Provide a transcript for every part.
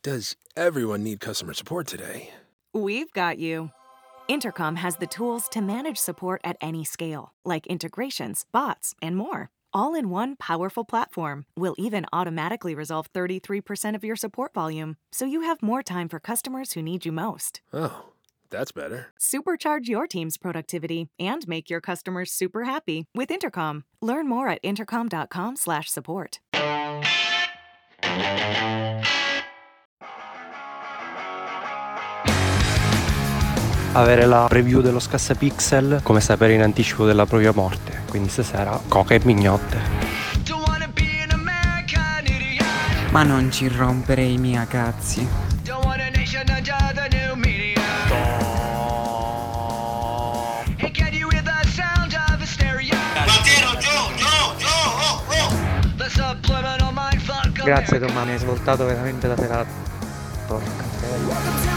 Does everyone need customer support today? We've got you. Intercom has the tools to manage support at any scale, like integrations, bots, and more. All in one powerful platform. We'll even automatically resolve 33% of your support volume, so you have more time for customers who need you most. Oh, that's better. Supercharge your team's productivity and make your customers super happy with Intercom. Learn more at intercom.com/support. Avere la preview dello Scassapixel come sapere in anticipo della propria morte. Quindi stasera coca e mignotte. Ma non ci rompere i miei cazzi. Grazie Tommaso, mi hai svoltato veramente la serata. Porca bella.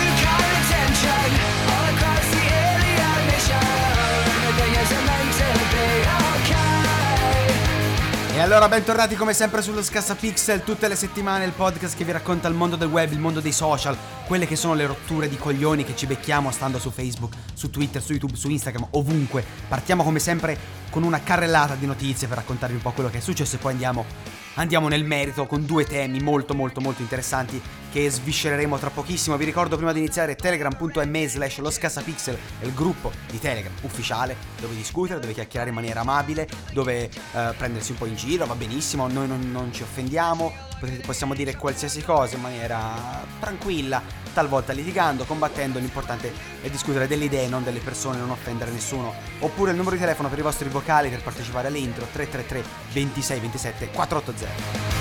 E allora bentornati come sempre sullo Scassapixel, tutte le settimane il podcast che vi racconta il mondo del web, il mondo dei social, quelle che sono le rotture di coglioni che ci becchiamo stando su Facebook, su Twitter, su YouTube, su Instagram, ovunque. Partiamo come sempre con una carrellata di notizie per raccontarvi un po' quello che è successo e poi andiamo nel merito con due temi molto interessanti che sviscereremo tra pochissimo. Vi ricordo prima di iniziare telegram.me/lo Scassapixel è il gruppo di Telegram ufficiale dove discutere, dove chiacchierare in maniera amabile, dove prendersi un po' in giro, va benissimo, noi non ci offendiamo, possiamo dire qualsiasi cosa in maniera tranquilla, talvolta litigando, combattendo, l'importante è discutere delle idee, non delle persone, non offendere nessuno. Oppure il numero di telefono per i vostri vocali per partecipare alle intro 333 26 27 480.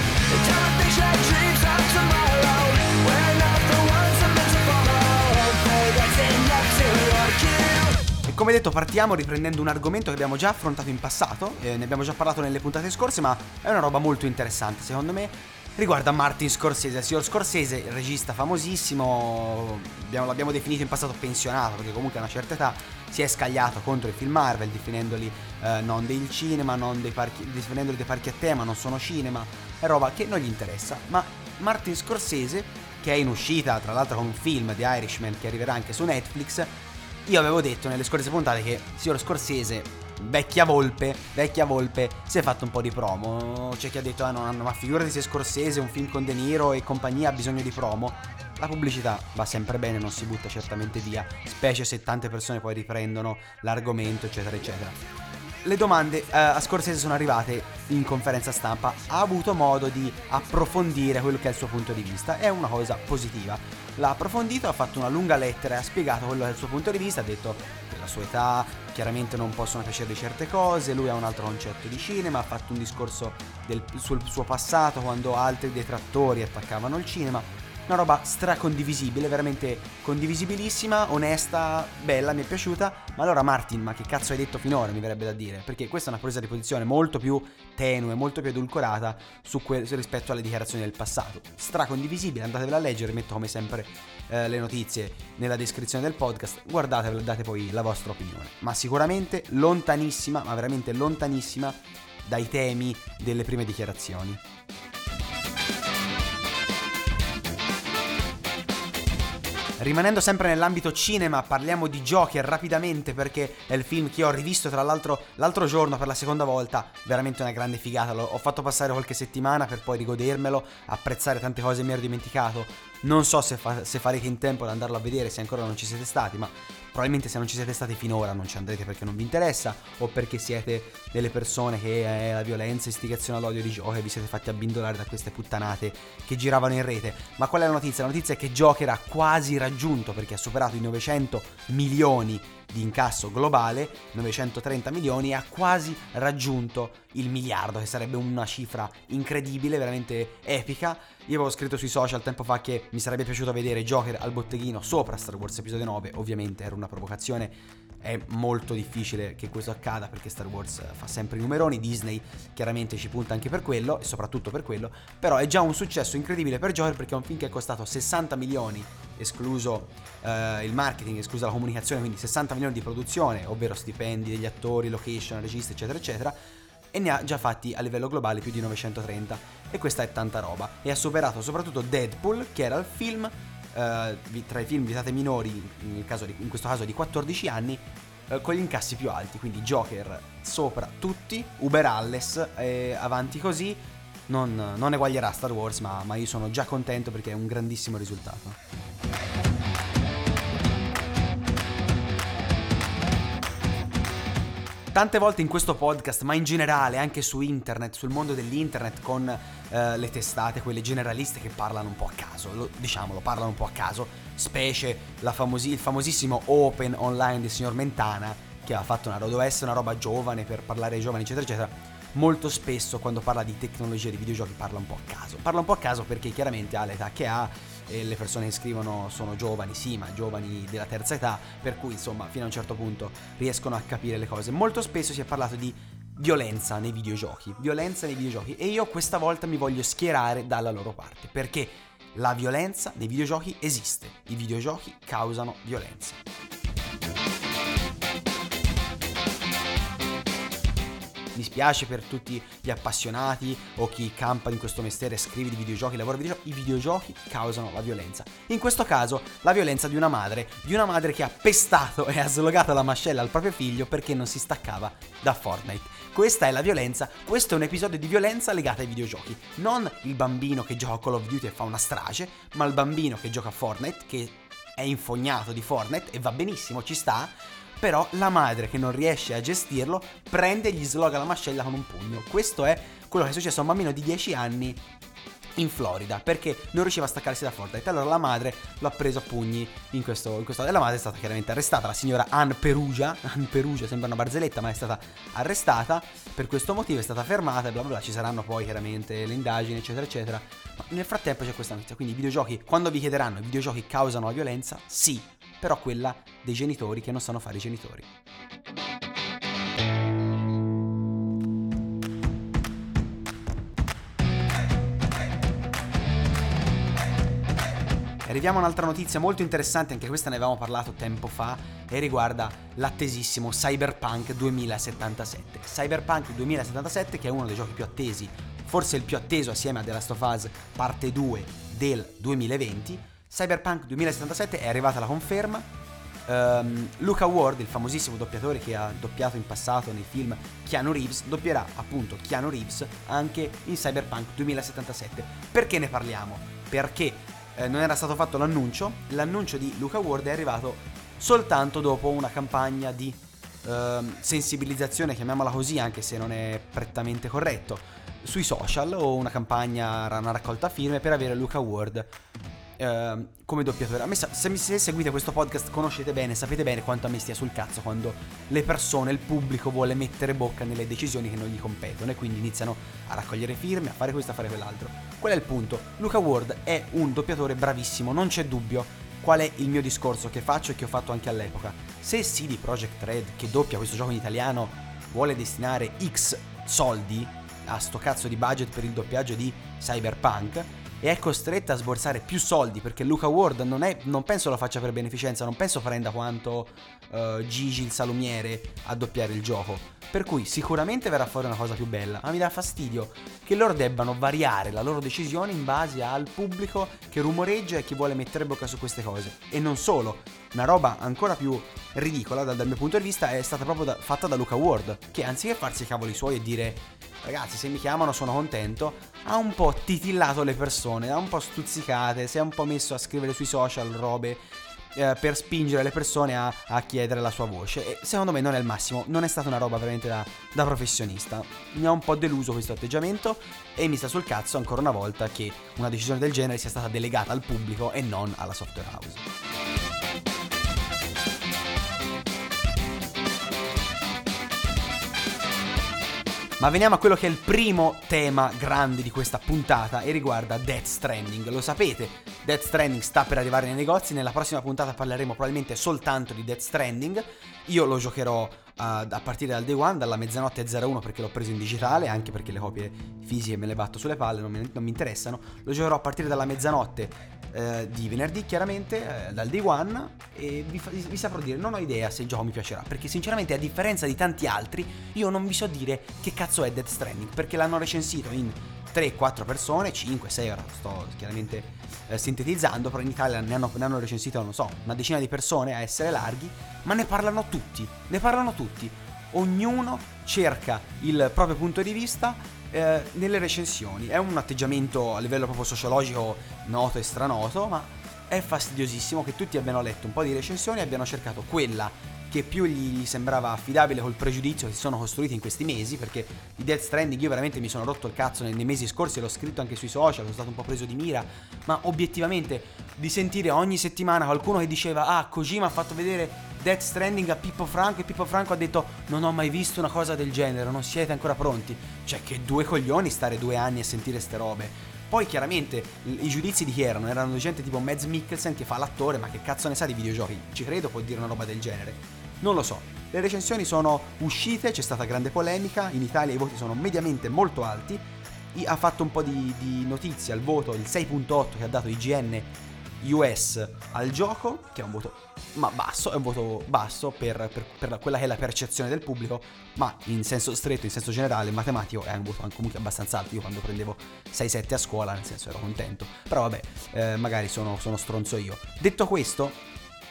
E come detto partiamo riprendendo un argomento che abbiamo già affrontato in passato, ne abbiamo già parlato nelle puntate scorse, ma è una roba molto interessante secondo me. Riguarda Martin Scorsese, il signor Scorsese, il regista famosissimo, l'abbiamo definito in passato pensionato perché comunque a una certa età si è scagliato contro i film Marvel, definendoli non del cinema, definendoli dei parchi a tema, non sono cinema, è roba che non gli interessa. Ma Martin Scorsese, che è in uscita tra l'altro con un film, The Irishman, che arriverà anche su Netflix, io avevo detto nelle scorse puntate che il signor Scorsese, vecchia volpe, si è fatto un po' di promo. C'è chi ha detto ma figurati se Scorsese, un film con De Niro e compagnia ha bisogno di promo. La pubblicità va sempre bene, non si butta certamente via, specie se tante persone poi riprendono l'argomento eccetera eccetera. Le domande a Scorsese sono arrivate in conferenza stampa, ha avuto modo di approfondire quello che è il suo punto di vista, è una cosa positiva. L'ha approfondito, ha fatto una lunga lettera e ha spiegato quello che è il suo punto di vista, ha detto che la sua età chiaramente non possono piacere certe cose, lui ha un altro concetto di cinema, ha fatto un discorso sul suo passato quando altri detrattori attaccavano il cinema. Una roba stracondivisibile, veramente condivisibilissima, onesta, bella, mi è piaciuta. Ma allora Martin, ma che cazzo hai detto finora, mi verrebbe da dire? Perché questa è una presa di posizione molto più tenue, molto più edulcorata rispetto alle dichiarazioni del passato. Stracondivisibile, andatevela a leggere, metto come sempre le notizie nella descrizione del podcast, guardatevela e date poi la vostra opinione. Ma sicuramente lontanissima, ma veramente lontanissima dai temi delle prime dichiarazioni. Rimanendo sempre nell'ambito cinema, parliamo di Joker rapidamente perché è il film che io ho rivisto tra l'altro giorno per la seconda volta, veramente una grande figata, ho fatto passare qualche settimana per poi rigodermelo, apprezzare tante cose che mi ero dimenticato. Non so se farete in tempo ad andarlo a vedere se ancora non ci siete stati, ma probabilmente se non ci siete stati finora non ci andrete perché non vi interessa o perché siete delle persone che la violenza, istigazione all'odio di Joker vi siete fatti abbindolare da queste puttanate che giravano in rete. Ma qual è la notizia? La notizia è che Joker ha quasi raggiunto, perché ha superato i 900 milioni di incasso globale, 930 milioni, ha quasi raggiunto il miliardo, che sarebbe una cifra incredibile, veramente epica. Io avevo scritto sui social tempo fa che mi sarebbe piaciuto vedere Joker al botteghino sopra Star Wars episodio 9, ovviamente era una provocazione. È molto difficile che questo accada perché Star Wars fa sempre i numeroni, Disney chiaramente ci punta anche per quello e soprattutto per quello, però è già un successo incredibile per Joker perché è un film che è costato 60 milioni, escluso il marketing, esclusa la comunicazione, quindi 60 milioni di produzione, ovvero stipendi degli attori, location, registi eccetera eccetera, e ne ha già fatti a livello globale più di 930. e questa è tanta roba. E ha superato soprattutto Deadpool, che era il film tra i film vietate minori, in questo caso di 14 anni, con gli incassi più alti. Quindi Joker sopra tutti, Uber Alles, avanti così. Non eguaglierà Star Wars, ma io sono già contento perché è un grandissimo risultato. Tante volte in questo podcast, ma in generale anche su internet, sul mondo dell'internet, con le testate, quelle generaliste che parlano un po' a caso, parlano un po' a caso, specie il famosissimo Open Online del signor Mentana, che ha fatto doveva essere una roba giovane per parlare ai giovani, eccetera, eccetera. Molto spesso quando parla di tecnologia, di videogiochi, parla un po' a caso. Parla un po' a caso perché chiaramente ha l'età che ha e le persone che scrivono sono giovani, sì, ma giovani della terza età, per cui insomma fino a un certo punto riescono a capire le cose. Molto spesso si è parlato di violenza nei videogiochi, e io questa volta mi voglio schierare dalla loro parte, perché la violenza nei videogiochi esiste, i videogiochi causano violenza. Mi spiace per tutti gli appassionati o chi campa in questo mestiere, scrive di videogiochi, lavora di videogiochi. I videogiochi causano la violenza. In questo caso la violenza di una madre che ha pestato e ha slogato la mascella al proprio figlio perché non si staccava da Fortnite. Questa è la violenza, questo è un episodio di violenza legata ai videogiochi. Non il bambino che gioca a Call of Duty e fa una strage, ma il bambino che gioca a Fortnite, che è infognato di Fortnite e va benissimo, ci sta. Però la madre che non riesce a gestirlo prende e gli sloga la mascella con un pugno. Questo è quello che è successo a un bambino di 10 anni in Florida, perché non riusciva a staccarsi da Fortnite. Allora la madre lo ha preso a pugni in questo e la madre è stata chiaramente arrestata. La signora Ann Perugia, sembra una barzelletta, ma è stata arrestata per questo motivo, è stata fermata e bla bla bla. Ci saranno poi chiaramente le indagini, eccetera eccetera. Ma nel frattempo c'è questa notizia. Quindi i videogiochi, quando vi chiederanno i videogiochi causano la violenza, sì, però quella dei genitori che non sanno fare i genitori. Arriviamo a un'altra notizia molto interessante, anche questa ne avevamo parlato tempo fa, e riguarda l'attesissimo Cyberpunk 2077. Cyberpunk 2077, che è uno dei giochi più attesi, forse il più atteso assieme a The Last of Us parte 2 del 2020. Cyberpunk 2077 è arrivata la conferma. Luca Ward, il famosissimo doppiatore che ha doppiato in passato nei film Keanu Reeves, doppierà appunto Keanu Reeves anche in Cyberpunk 2077. Perché ne parliamo? Perché non era stato fatto l'annuncio di Luca Ward è arrivato soltanto dopo una campagna di sensibilizzazione, chiamiamola così, anche se non è prettamente corretto, sui social, o una campagna, una raccolta firme per avere Luca Ward come doppiatore. A me, se seguite questo podcast, conoscete bene, sapete bene quanto a me stia sul cazzo quando le persone, il pubblico vuole mettere bocca nelle decisioni che non gli competono e quindi iniziano a raccogliere firme, a fare questo, a fare quell'altro. Qual è il punto? Luca Ward è un doppiatore bravissimo, non c'è dubbio. Qual è il mio discorso che faccio e che ho fatto anche all'epoca? Se CD Projekt Red, che doppia questo gioco in italiano, vuole destinare X soldi a sto cazzo di budget per il doppiaggio di Cyberpunk e è costretta a sborsare più soldi, perché Luca Ward non penso lo faccia per beneficenza, non penso prenda quanto Gigi il salumiere a doppiare il gioco, per cui sicuramente verrà fuori una cosa più bella, ma mi dà fastidio che loro debbano variare la loro decisione in base al pubblico che rumoreggia e che vuole mettere bocca su queste cose. E non solo, una roba ancora più ridicola dal mio punto di vista è stata proprio fatta da Luca Ward, che anziché farsi i cavoli suoi e dire ragazzi se mi chiamano sono contento, ha un po' titillato le persone, ha un po' stuzzicate, si è un po' messo a scrivere sui social robe per spingere le persone a chiedere la sua voce, e secondo me non è il massimo, non è stata una roba veramente da professionista. Mi ha un po' deluso questo atteggiamento e mi sta sul cazzo ancora una volta che una decisione del genere sia stata delegata al pubblico e non alla software house. Ma veniamo a quello che è il primo tema grande di questa puntata e riguarda Death Stranding. Lo sapete, Death Stranding sta per arrivare nei negozi, nella prossima puntata parleremo probabilmente soltanto di Death Stranding. Io lo giocherò a partire dal day one, dalla mezzanotte 01, perché l'ho preso in digitale, anche perché le copie fisiche me le batto sulle palle, non mi interessano. Lo giocherò a partire dalla mezzanotte di venerdì, chiaramente, dal day one, e vi saprò dire, non ho idea se il gioco mi piacerà, perché sinceramente a differenza di tanti altri io non vi so dire che cazzo è Death Stranding, perché l'hanno recensito in 3-4 persone, 5-6, ora sto chiaramente sintetizzando, però in Italia ne hanno recensito, non so, una decina di persone, a essere larghi, ma ne parlano tutti. Ognuno cerca il proprio punto di vista nelle recensioni. È un atteggiamento a livello proprio sociologico noto e stranoto, ma è fastidiosissimo che tutti abbiano letto un po' di recensioni e abbiano cercato quella che più gli sembrava affidabile, col pregiudizio che si sono costruiti in questi mesi, perché di Death Stranding io veramente mi sono rotto il cazzo nei mesi scorsi, l'ho scritto anche sui social, sono stato un po' preso di mira, ma obiettivamente di sentire ogni settimana qualcuno che diceva Kojima ha fatto vedere Death Stranding a Pippo Franco e Pippo Franco ha detto non ho mai visto una cosa del genere, non siete ancora pronti. Cioè, che due coglioni stare 2 anni a sentire ste robe. Poi chiaramente i giudizi di chi erano? Erano gente tipo Mads Mikkelsen che fa l'attore, ma che cazzo ne sa di videogiochi? Ci credo può dire una roba del genere. Non lo so. Le recensioni sono uscite, c'è stata grande polemica, in Italia i voti sono mediamente molto alti. Ha fatto un po' di notizie al voto, il 6.8 che ha dato IGN US al gioco, che è un voto basso, è un voto basso per quella che è la percezione del pubblico, ma in senso stretto, in senso generale, matematico, è un voto comunque abbastanza alto. Io quando prendevo 6-7 a scuola, nel senso, ero contento. Però vabbè, magari sono stronzo io. Detto questo,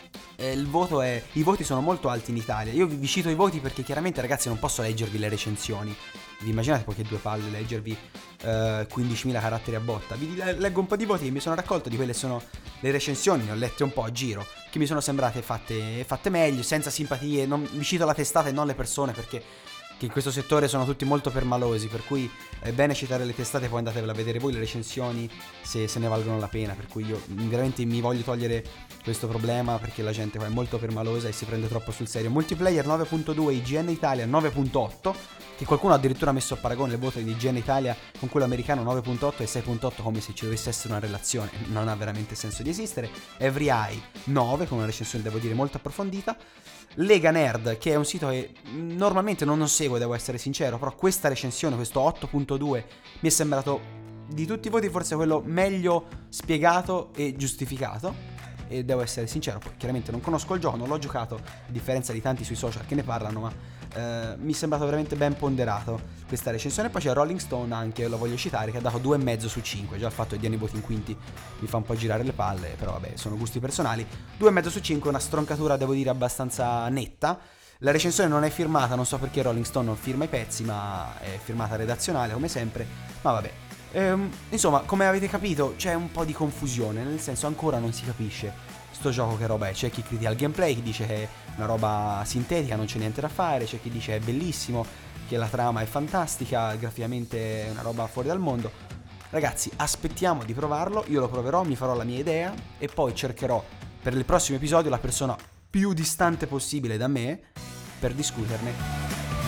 i voti sono molto alti in Italia. Io vi cito i voti perché chiaramente, ragazzi, non posso leggervi le recensioni. Vi immaginate poi che 2 palle leggervi 15.000 caratteri a botta. Vi leggo un po' di voti che mi sono raccolto di quelle sono le recensioni, ne ho lette un po' a giro, che mi sono sembrate fatte meglio, senza simpatie. Non vi cito la testata e non le persone, perché che in questo settore sono tutti molto permalosi, per cui è bene citare le testate, poi andatevela a vedere voi le recensioni se ne valgono la pena. Per cui io veramente mi voglio togliere questo problema, perché la gente qua è molto permalosa e si prende troppo sul serio. Multiplayer 9.2, IGN Italia 9.8, che qualcuno ha addirittura messo a paragone il voto di IGN Italia con quello americano 9.8 e 6.8, come se ci dovesse essere una relazione. Non ha veramente senso di esistere. Every Eye 9, con una recensione devo dire molto approfondita. Lega Nerd, che è un sito che normalmente non seguo, devo essere sincero, però questa recensione, questo 8.2, mi è sembrato di tutti i voti forse quello meglio spiegato e giustificato, e devo essere sincero, poi chiaramente non conosco il gioco, non l'ho giocato, a differenza di tanti sui social che ne parlano, ma mi è sembrato veramente ben ponderato questa recensione. Poi c'è Rolling Stone anche, lo voglio citare, che ha dato 2,5 su 5, già il fatto di diano i voti in quinti mi fa un po' girare le palle, però vabbè, sono gusti personali. 2,5 su 5, una stroncatura devo dire abbastanza netta. La recensione non è firmata, non so perché Rolling Stone non firma i pezzi, ma è firmata redazionale come sempre, ma vabbè. Insomma, come avete capito, c'è un po' di confusione, nel senso ancora non si capisce sto gioco che roba è. C'è chi critica il gameplay, chi dice che è una roba sintetica, non c'è niente da fare, c'è chi dice è bellissimo, che la trama è fantastica, graficamente è una roba fuori dal mondo. Ragazzi, aspettiamo di provarlo, io lo proverò, mi farò la mia idea e poi cercherò per il prossimo episodio la persona più distante possibile da me per discuterne.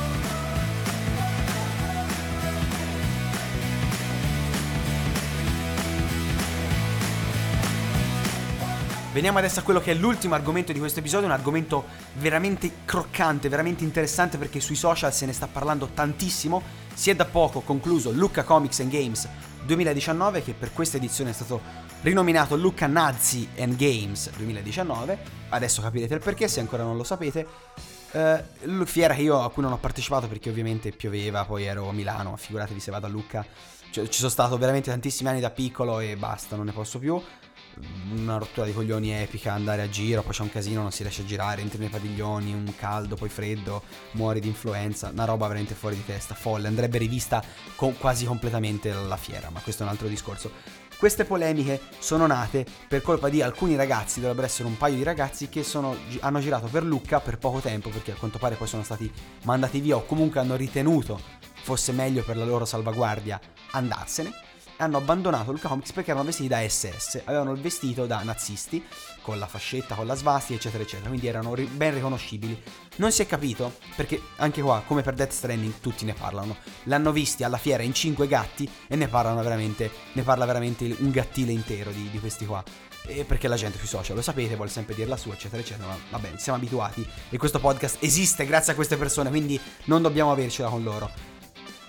Veniamo adesso a quello che è l'ultimo argomento di questo episodio, un argomento veramente croccante, veramente interessante, perché sui social se ne sta parlando tantissimo. Si è da poco concluso Lucca Comics and Games 2019, che per questa edizione è stato rinominato Lucca Nazi and Games 2019. Adesso capirete il perché, se ancora non lo sapete. Fiera a cui non ho partecipato perché ovviamente pioveva, poi ero a Milano, ma figuratevi se vado a Lucca. Cioè, ci sono stato veramente tantissimi anni da piccolo e basta, non ne posso più. Una rottura di coglioni epica, andare a giro, poi c'è un casino, non si riesce a girare, entri nei padiglioni, un caldo, poi freddo, muori di influenza, una roba veramente fuori di testa, folle, andrebbe rivista quasi completamente la fiera, ma questo è un altro discorso. Queste polemiche sono nate per colpa di alcuni ragazzi, dovrebbero essere un paio di ragazzi che hanno girato per Lucca per poco tempo, perché a quanto pare poi sono stati mandati via o comunque hanno ritenuto fosse meglio per la loro salvaguardia andarsene. Hanno abbandonato Lucca Comics perché erano vestiti da SS, avevano il vestito da nazisti, con la fascetta, con la svastica, eccetera eccetera, quindi erano ben riconoscibili. Non si è capito, perché anche qua, come per Death Stranding, tutti ne parlano. L'hanno visti alla fiera in 5 gatti e ne parla veramente un gattile intero di questi qua. E perché la gente sui social, lo sapete, vuole sempre dire la sua, eccetera eccetera, ma va bene, siamo abituati e questo podcast esiste grazie a queste persone, quindi non dobbiamo avercela con loro.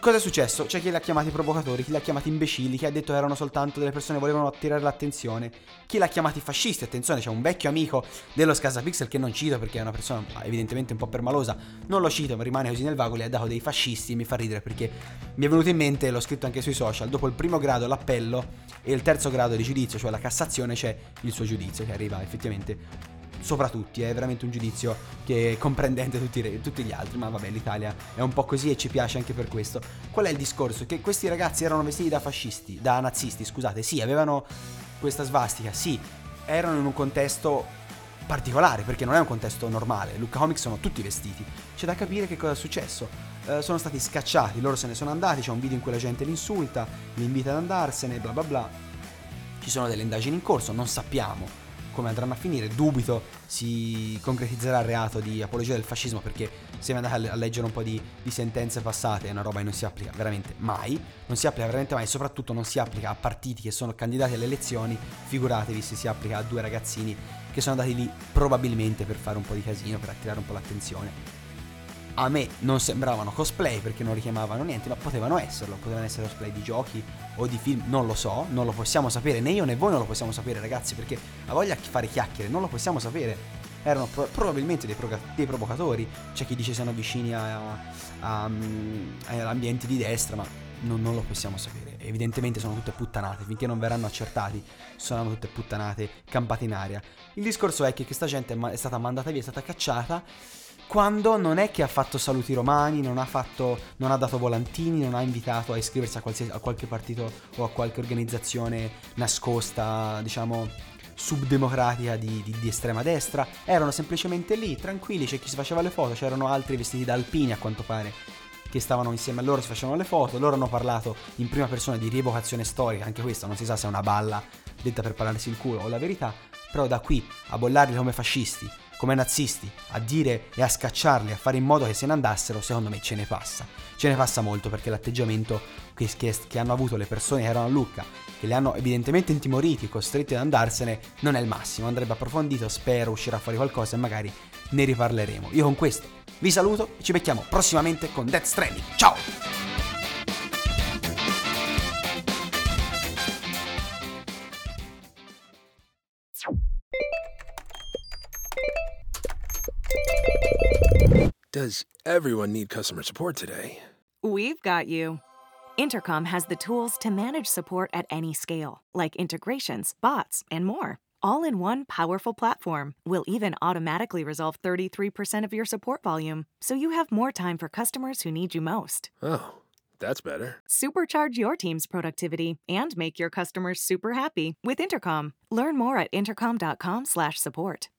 Cosa è successo? C'è chi li ha chiamati provocatori, chi li ha chiamati imbecilli, chi ha detto che erano soltanto delle persone che volevano attirare l'attenzione, chi li ha chiamati fascisti. Attenzione, c'è un vecchio amico dello Scasapixel che non cito perché è una persona evidentemente un po' permalosa, non lo cito ma rimane così nel vago, gli ha dato dei fascisti e mi fa ridere perché mi è venuto in mente, l'ho scritto anche sui social, dopo il primo grado l'appello e il terzo grado di giudizio, cioè la Cassazione, c'è il suo giudizio che arriva effettivamente sopra tutti, è veramente un giudizio che è comprendente tutti gli altri, ma vabbè, l'Italia è un po' così e ci piace anche per questo. Qual è il discorso? Che questi ragazzi erano vestiti da nazisti, scusate, sì, avevano questa svastica, sì, erano in un contesto particolare, perché non è un contesto normale, Lucca Comics sono tutti vestiti, c'è da capire che cosa è successo. Sono stati scacciati, loro se ne sono andati, c'è un video in cui la gente li insulta, li invita ad andarsene, bla bla bla, ci sono delle indagini in corso, non sappiamo come andranno a finire, dubito si concretizzerà il reato di apologia del fascismo, perché se vi andate a leggere un po' di sentenze passate è una roba che non si applica veramente mai, e soprattutto non si applica a partiti che sono candidati alle elezioni, figuratevi se si applica a due ragazzini che sono andati lì probabilmente per fare un po' di casino, per attirare un po' l'attenzione. A me non sembravano cosplay perché non richiamavano niente, ma potevano esserlo, potevano essere cosplay di giochi o di film, non lo so, non lo possiamo sapere, né io né voi non lo possiamo sapere, ragazzi, perché ha voglia di fare chiacchiere, non lo possiamo sapere. Erano probabilmente dei provocatori, c'è chi dice siano vicini a ambienti di destra, ma non lo possiamo sapere. Evidentemente sono tutte puttanate, finché non verranno accertati sono tutte puttanate campate in aria. Il discorso è che questa gente è stata mandata via, è stata cacciata, quando non è che ha fatto saluti romani, non ha dato volantini, non ha invitato a iscriversi a qualche partito o a qualche organizzazione nascosta, diciamo subdemocratica di estrema destra. Erano semplicemente lì, tranquilli, c'è chi si faceva le foto, c'erano altri vestiti da alpini a quanto pare che stavano insieme a loro, si facevano le foto, loro hanno parlato in prima persona di rievocazione storica, anche questa non si sa se è una balla detta per pararsi il culo o la verità, però da qui a bollarli come fascisti, come nazisti, a dire e a scacciarli, a fare in modo che se ne andassero, secondo me ce ne passa molto, perché l'atteggiamento che hanno avuto le persone che erano a Lucca, che li hanno evidentemente intimoriti, costretti ad andarsene, non è il massimo, andrebbe approfondito, spero uscirà fuori qualcosa e magari ne riparleremo. Io con questo vi saluto e ci becchiamo prossimamente con Death Stranding, ciao! Does everyone need customer support today? We've got you. Intercom has the tools to manage support at any scale, like integrations, bots, and more. All in one powerful platform. We'll even automatically resolve 33% of your support volume, so you have more time for customers who need you most. Oh, that's better. Supercharge your team's productivity and make your customers super happy with Intercom. Learn more at intercom.com/support.